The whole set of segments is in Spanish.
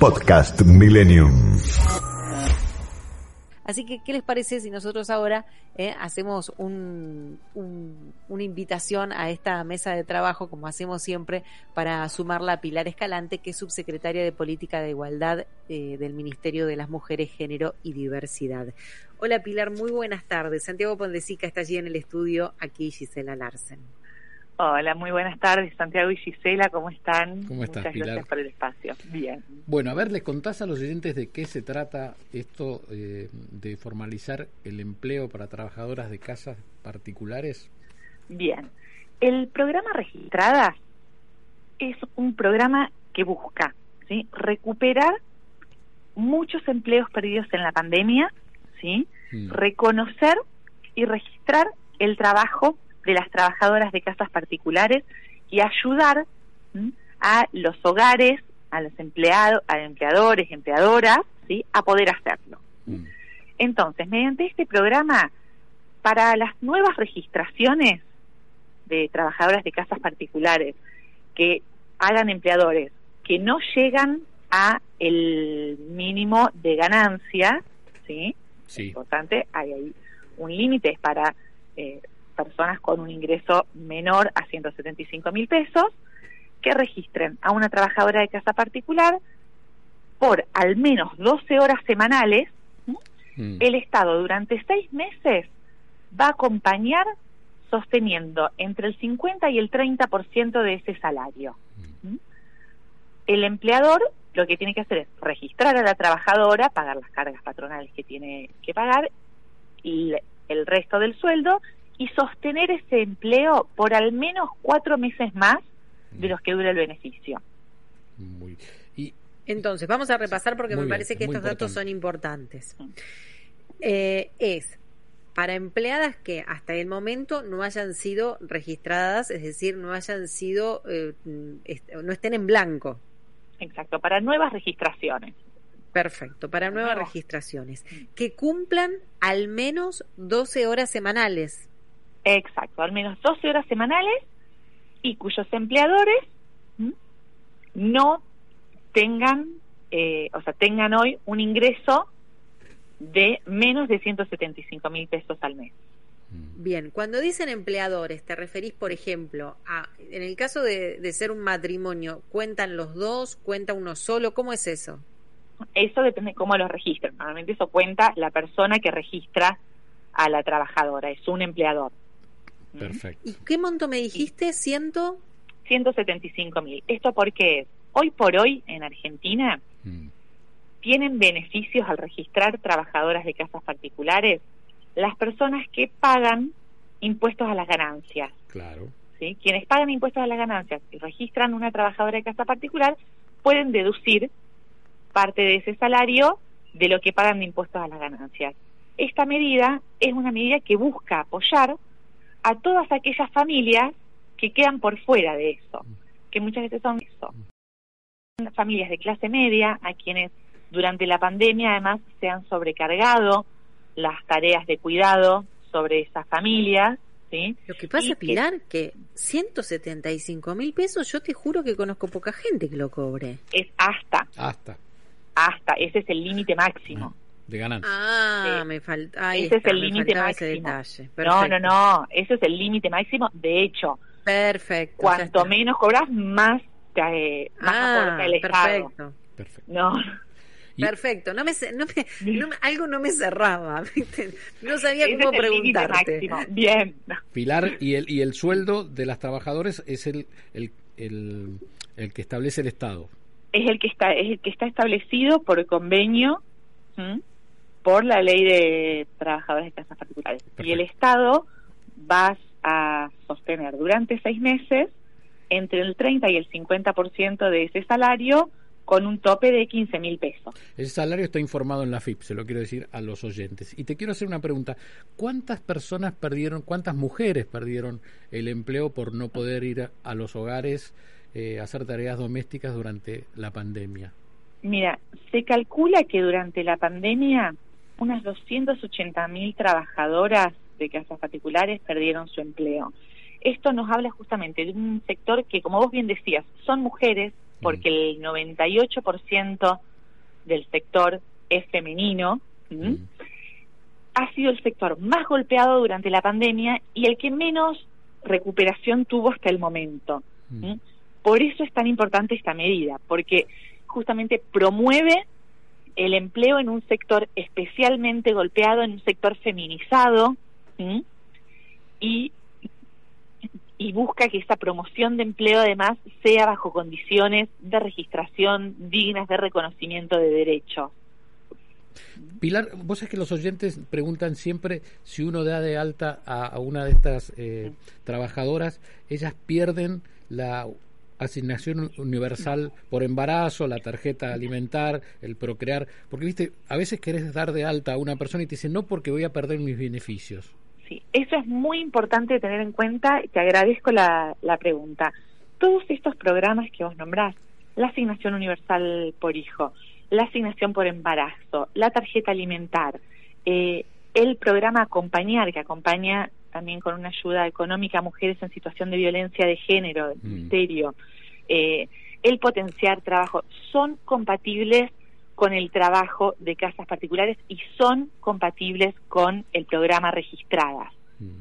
Podcast Millennium. Así que, ¿qué les parece si nosotros ahora hacemos una invitación a esta mesa de trabajo, como hacemos siempre, para sumarla a Pilar Escalante, que es subsecretaria de Política de Igualdad del Ministerio de las Mujeres, Género y Diversidad? Hola Pilar, muy buenas tardes. Santiago Pondesica está allí en el estudio, aquí Gisela Larsen. Hola, muy buenas tardes, Santiago y Gisela, ¿cómo están? ¿Cómo estás, Muchas Pilar? Gracias por el espacio. Bien. Bueno, a ver, ¿les contás a los oyentes de qué se trata esto de formalizar el empleo para trabajadoras de casas particulares? Bien. El programa Registradas es un programa que busca, ¿sí?, recuperar muchos empleos perdidos en la pandemia, ¿sí?, reconocer y registrar el trabajo de las trabajadoras de casas particulares y ayudar a los hogares, a los empleadores, empleadoras, ¿sí?, a poder hacerlo. Entonces, mediante este programa, para las nuevas registraciones de trabajadoras de casas particulares que hagan empleadores que no llegan a el mínimo de ganancia, ¿sí? Sí. Es importante, hay ahí un límite para personas con un ingreso menor a 175.000 pesos, que registren a una trabajadora de casa particular por al menos 12 horas semanales. El Estado durante 6 meses va a acompañar sosteniendo entre el 50 y el 30% de ese salario. El empleador lo que tiene que hacer es registrar a la trabajadora, pagar las cargas patronales que tiene que pagar y el resto del sueldo, y sostener ese empleo por al menos 4 meses más de los que dura el beneficio. Entonces, vamos a repasar porque me bien, parece que estos datos son importantes. Es para empleadas que hasta el momento no hayan sido registradas, es decir, no hayan sido, no estén en blanco. Exacto, para nuevas registraciones. Perfecto, para nuevas registraciones. Que cumplan al menos 12 horas semanales. Exacto, al menos 12 horas semanales y cuyos empleadores no tengan, tengan hoy un ingreso de menos de 175.000 pesos al mes. Bien, cuando dicen empleadores, ¿te referís, por ejemplo, en el caso de ser un matrimonio, cuentan los dos, cuenta uno solo? ¿Cómo es eso? Eso depende de cómo lo registran. Normalmente eso cuenta la persona que registra a la trabajadora, es un empleador. Perfecto. ¿Y qué monto me dijiste? 175.000. ¿Esto por qué es? Hoy por hoy en Argentina tienen beneficios al registrar trabajadoras de casas particulares las personas que pagan impuestos a las ganancias. Claro. ¿Sí? Quienes pagan impuestos a las ganancias y registran una trabajadora de casa particular pueden deducir parte de ese salario de lo que pagan de impuestos a las ganancias. Esta medida es una medida que busca apoyar a todas aquellas familias que quedan por fuera de eso, que muchas veces son familias de clase media, a quienes durante la pandemia además se han sobrecargado las tareas de cuidado sobre esas familias, ¿sí? Lo que pasa, Pilar, que 175.000 pesos, yo te juro que conozco poca gente que lo cobre. Es hasta, ese es el límite máximo. De ganancia. Me falta. Ese es el límite máximo. No, ese es el límite máximo. De hecho, perfecto. Cuanto menos cobras, más aporta el Estado. Perfecto. No. Perfecto. Algo no me cerraba. ¿Viste? No sabía cómo preguntarte. Bien. Pilar, y el sueldo de las trabajadoras es el que establece el Estado. Es el que está establecido por convenio. Por la ley de trabajadores de casas particulares. Perfecto. Y el Estado va a sostener durante 6 meses entre el 30 y el 50% de ese salario con un tope de 15.000 pesos. Ese salario está informado en la AFIP, se lo quiero decir a los oyentes. Y te quiero hacer una pregunta. ¿Cuántas mujeres perdieron el empleo por no poder ir a los hogares a hacer tareas domésticas durante la pandemia? Mira, se calcula que durante la pandemia unas 280.000 trabajadoras de casas particulares perdieron su empleo. Esto nos habla justamente de un sector que, como vos bien decías, son mujeres, porque el 98% del sector es femenino, ha sido el sector más golpeado durante la pandemia y el que menos recuperación tuvo hasta el momento. Por eso es tan importante esta medida, porque justamente promueve el empleo en un sector especialmente golpeado, en un sector feminizado, y busca que esa promoción de empleo además sea bajo condiciones de registración dignas de reconocimiento de derechos. Pilar, vos sabés que los oyentes preguntan siempre si uno da de alta a una de estas trabajadoras, ellas pierden la asignación universal por embarazo, la tarjeta alimentar, el procrear, porque viste, a veces querés dar de alta a una persona y te dicen no porque voy a perder mis beneficios. Sí, eso es muy importante tener en cuenta, te agradezco la pregunta. Todos estos programas que vos nombrás, la asignación universal por hijo, la asignación por embarazo, la tarjeta alimentar, el programa Acompañar, que acompaña también con una ayuda económica a mujeres en situación de violencia de género, del Ministerio, el potenciar trabajo, son compatibles con el trabajo de casas particulares y son compatibles con el programa Registradas.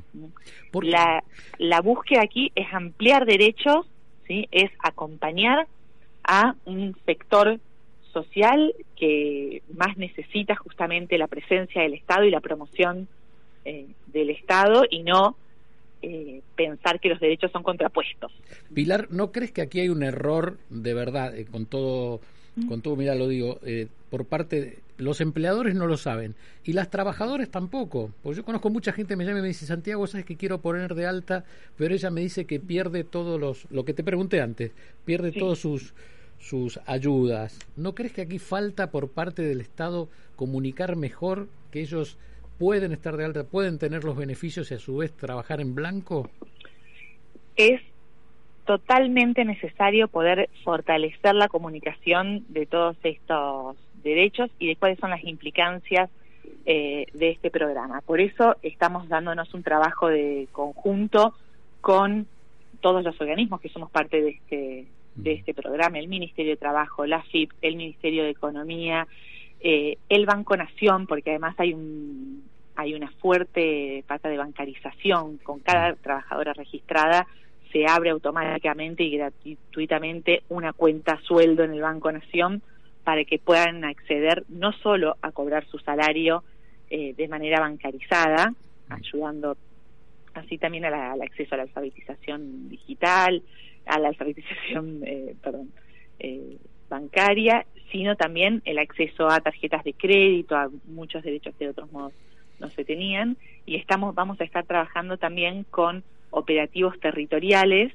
La búsqueda aquí es ampliar derechos, ¿sí? Es acompañar a un sector social que más necesita justamente la presencia del Estado y la promoción del Estado, y no pensar que los derechos son contrapuestos. Pilar, ¿no crees que aquí hay un error de verdad, con todo, mira, lo digo, por parte de los empleadores no lo saben y las trabajadoras tampoco? Pues yo conozco mucha gente, me llama y me dice, Santiago, sabes que quiero poner de alta, pero ella me dice que pierde todos lo que te pregunté antes, pierde todos sus ayudas. ¿No crees que aquí falta por parte del Estado comunicar mejor que ellos pueden estar de alta, pueden tener los beneficios y a su vez trabajar en blanco? Es totalmente necesario poder fortalecer la comunicación de todos estos derechos y de cuáles son las implicancias de este programa. Por eso estamos dándonos un trabajo de conjunto con todos los organismos que somos parte de este programa, el Ministerio de Trabajo, la AFIP, el Ministerio de Economía, el Banco Nación, porque además hay una fuerte pata de bancarización. Con cada trabajadora registrada se abre automáticamente y gratuitamente una cuenta sueldo en el Banco Nación para que puedan acceder no solo a cobrar su salario de manera bancarizada, ayudando así también al acceso a la alfabetización digital, a la alfabetización bancaria, sino también el acceso a tarjetas de crédito, a muchos derechos que de otros modos no se tenían, y vamos a estar trabajando también con operativos territoriales,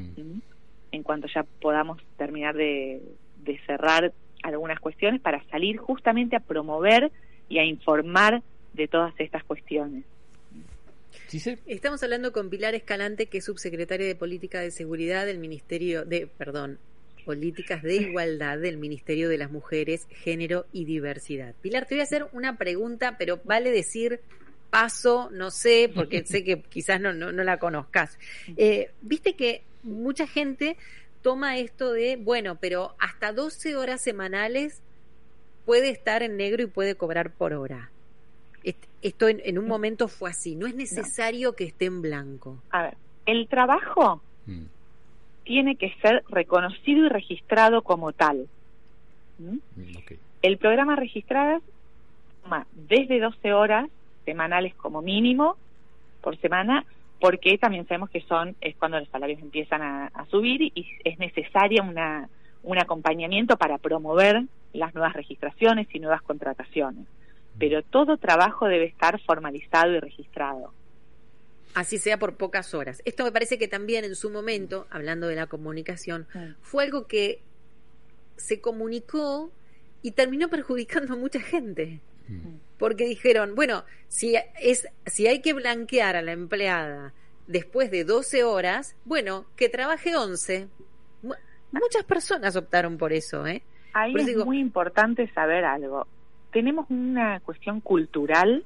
en cuanto ya podamos terminar de cerrar algunas cuestiones, para salir justamente a promover y a informar de todas estas cuestiones. ¿Sí, sí? Estamos hablando con Pilar Escalante, que es subsecretaria de Política de Seguridad del Políticas de Igualdad del Ministerio de las Mujeres, Género y Diversidad. Pilar, te voy a hacer una pregunta, pero vale decir paso, no sé, porque sé que quizás no la conozcas. Viste que mucha gente toma esto de, bueno, pero hasta 12 horas semanales puede estar en negro y puede cobrar por hora. Esto en un momento fue así, no es necesario que esté en blanco. A ver, el trabajo tiene que ser reconocido y registrado como tal. Okay. El programa Registradas toma desde 12 horas semanales como mínimo por semana, porque también sabemos que es cuando los salarios empiezan a subir y es necesaria un acompañamiento para promover las nuevas registraciones y nuevas contrataciones. Pero todo trabajo debe estar formalizado y registrado. Así sea por pocas horas. Esto me parece que también en su momento, hablando de la comunicación, fue algo que se comunicó y terminó perjudicando a mucha gente. Porque dijeron, bueno, si hay que blanquear a la empleada después de 12 horas, bueno, que trabaje 11. Muchas personas optaron por eso, ¿eh? Ahí es muy importante saber algo. Tenemos una cuestión cultural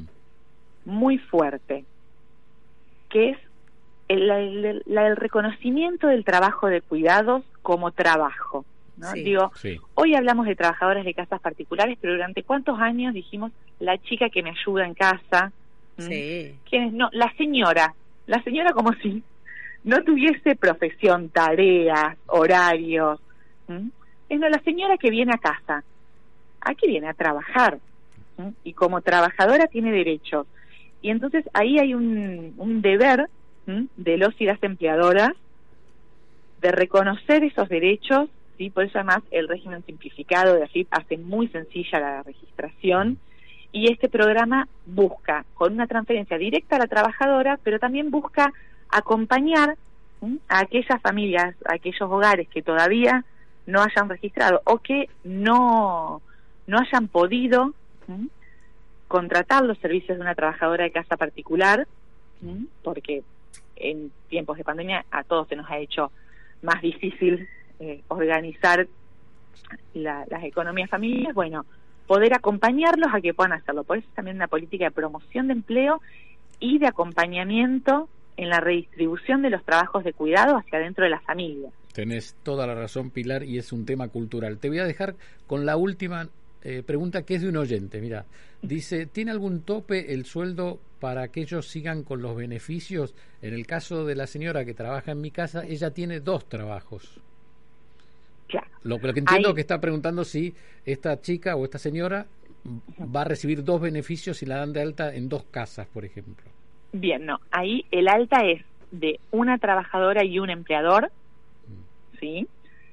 muy fuerte, que es el reconocimiento del trabajo de cuidados como trabajo. ¿no? Sí. Digo, Sí. hoy hablamos de trabajadoras de casas particulares, pero durante cuántos años dijimos la chica que me ayuda en casa. Sí. ¿Quién es? No, la señora como si no tuviese profesión, tareas, horarios. Es no, la señora que viene a casa. Aquí viene a trabajar. Y como trabajadora tiene derechos. Y entonces ahí hay un deber de los y las empleadoras de reconocer esos derechos, ¿sí? Por eso además el régimen simplificado de AFIP hace muy sencilla la registración, y este programa busca, con una transferencia directa a la trabajadora, pero también busca acompañar a aquellas familias, a aquellos hogares que todavía no hayan registrado o que no hayan podido contratar los servicios de una trabajadora de casa particular, porque en tiempos de pandemia a todos se nos ha hecho más difícil organizar las economías familiares. Bueno, poder acompañarlos a que puedan hacerlo. Por eso es también una política de promoción de empleo y de acompañamiento en la redistribución de los trabajos de cuidado hacia dentro de la familia. Tenés toda la razón, Pilar, y es un tema cultural. Te voy a dejar con la última pregunta, que es de un oyente. Mira, dice, ¿tiene algún tope el sueldo para que ellos sigan con los beneficios? En el caso de la señora que trabaja en mi casa, ella tiene 2 trabajos. Claro. Lo que entiendo que está preguntando si esta chica o esta señora va a recibir 2 beneficios si la dan de alta en 2 casas, por ejemplo. Bien, no. Ahí el alta es de una trabajadora y un empleador, ¿sí?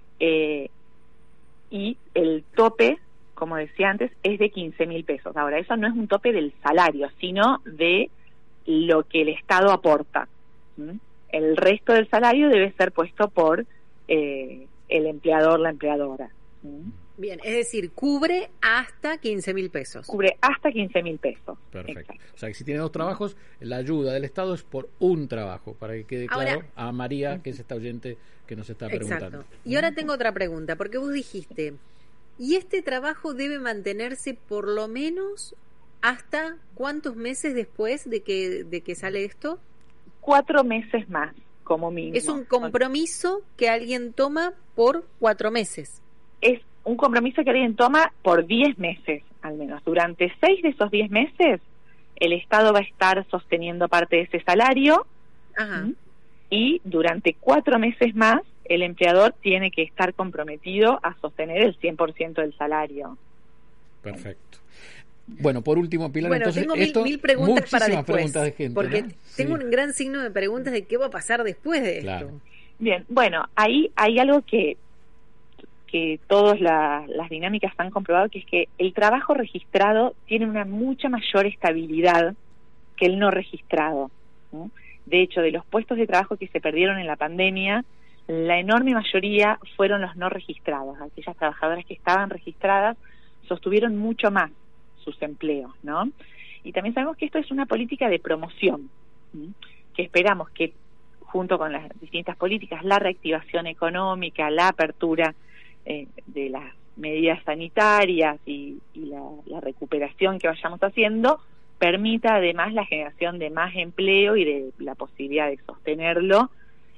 Y el tope, como decía antes, es de 15.000 pesos. Ahora, eso no es un tope del salario, sino de lo que el Estado aporta. El resto del salario debe ser puesto por el empleador, la empleadora. Bien, es decir, cubre hasta 15.000 pesos. Cubre hasta 15.000 pesos. Perfecto. Exacto. O sea, que si tiene 2 trabajos, la ayuda del Estado es por un trabajo, para que quede claro Ahora, a María, que es esta oyente que nos está preguntando. Exacto. Y ahora tengo otra pregunta, porque vos dijiste, ¿y este trabajo debe mantenerse por lo menos hasta cuántos meses después de que sale esto? 4 meses más, como mínimo. Es un compromiso que alguien toma por 4 meses. Es un compromiso que alguien toma por 10 meses, al menos. Durante 6 de esos 10 meses, el Estado va a estar sosteniendo parte de ese salario. Ajá. Y durante 4 meses más, el empleador tiene que estar comprometido a sostener el 100% del salario. Perfecto. Bueno, por último, Pilar, Bueno, entonces tengo mil preguntas para después, preguntas de gente, porque ¿no? tengo Sí. un gran signo de preguntas de qué va a pasar después de Claro. esto. Bien, bueno, ahí hay algo que todas las dinámicas han comprobado, que es que el trabajo registrado tiene una mucha mayor estabilidad que el no registrado, ¿no? De hecho, de los puestos de trabajo que se perdieron en la pandemia, la enorme mayoría fueron los no registrados. Aquellas trabajadoras que estaban registradas sostuvieron mucho más sus empleos, ¿no? Y también sabemos que esto es una política de promoción, ¿sí? Que esperamos que, junto con las distintas políticas, la reactivación económica, la apertura de las medidas sanitarias y la recuperación que vayamos haciendo, permita además la generación de más empleo y de la posibilidad de sostenerlo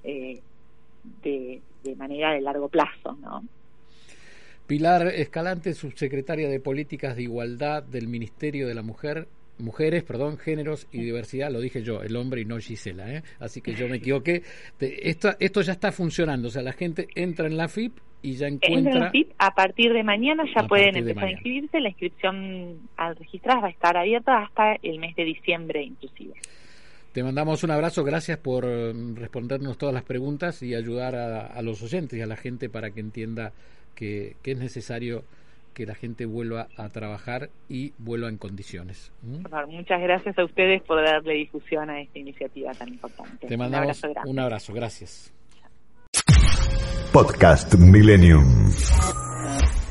de manera de largo plazo, ¿no? Pilar Escalante, subsecretaria de Políticas de Igualdad del Ministerio de la Mujeres, Géneros y Diversidad. Lo dije yo, el hombre, y no Gisela, así que yo me equivoqué. Esto ya está funcionando, o sea, la gente entra en la FIP y ya encuentra... En la FIP, a partir de mañana ya pueden empezar a inscribirse. La inscripción al registrar va a estar abierta hasta el mes de diciembre inclusive. Te mandamos un abrazo, gracias por respondernos todas las preguntas y ayudar a los oyentes y a la gente para que entienda que es necesario que la gente vuelva a trabajar y vuelva en condiciones. Por favor, muchas gracias a ustedes por darle difusión a esta iniciativa tan importante. Te mandamos un abrazo, gracias. Podcast Millennium.